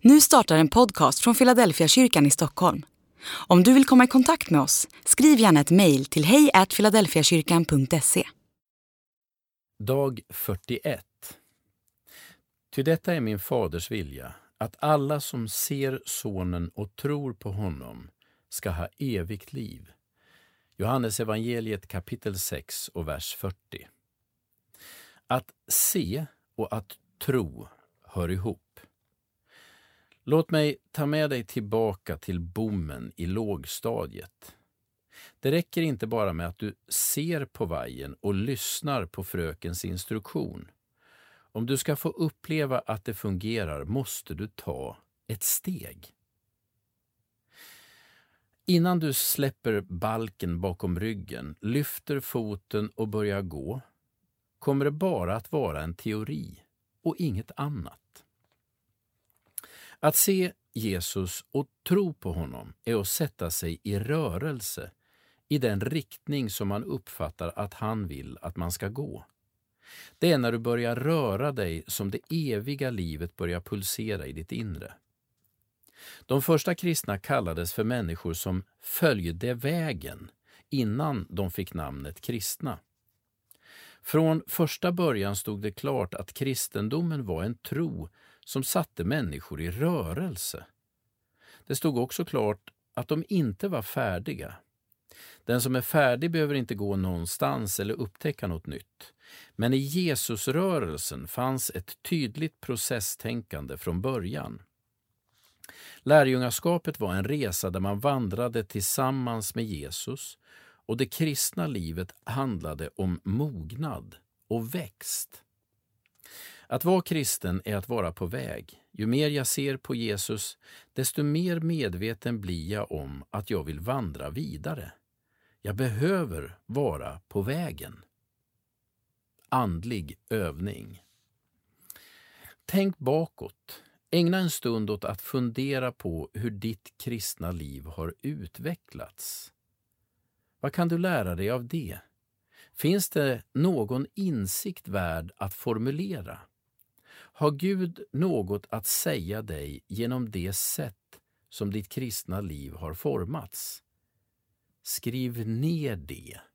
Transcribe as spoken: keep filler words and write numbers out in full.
Nu startar en podcast från Philadelphia kyrkan i Stockholm. Om du vill komma i kontakt med oss, skriv gärna ett mejl till hej at philadelphiakyrkan punkt se. Dag fyrtioett. Ty detta är min faders vilja, att alla som ser sonen och tror på honom ska ha evigt liv. Johannes evangeliet kapitel sex och vers fyrtio. Att se och att tro hör ihop. Låt mig ta med dig tillbaka till bommen i lågstadiet. Det räcker inte bara med att du ser på vajen och lyssnar på frökens instruktion. Om du ska få uppleva att det fungerar måste du ta ett steg. Innan du släpper balken bakom ryggen, lyfter foten och börjar gå, kommer det bara att vara en teori och inget annat. Att se Jesus och tro på honom är att sätta sig i rörelse i den riktning som man uppfattar att han vill att man ska gå. Det är när du börjar röra dig som det eviga livet börjar pulsera i ditt inre. De första kristna kallades för människor som följde vägen innan de fick namnet kristna. Från första början stod det klart att kristendomen var en tro som satte människor i rörelse. Det stod också klart att de inte var färdiga. Den som är färdig behöver inte gå någonstans eller upptäcka något nytt. Men i Jesusrörelsen fanns ett tydligt processtänkande från början. Lärjungaskapet var en resa där man vandrade tillsammans med Jesus, och det kristna livet handlade om mognad och växt. Att vara kristen är att vara på väg. Ju mer jag ser på Jesus, desto mer medveten blir jag om att jag vill vandra vidare. Jag behöver vara på vägen. Andlig övning. Tänk bakåt. Ägna en stund åt att fundera på hur ditt kristna liv har utvecklats. Vad kan du lära dig av det? Finns det någon insikt värd att formulera? Har Gud något att säga dig genom det sätt som ditt kristna liv har formats? Skriv ner det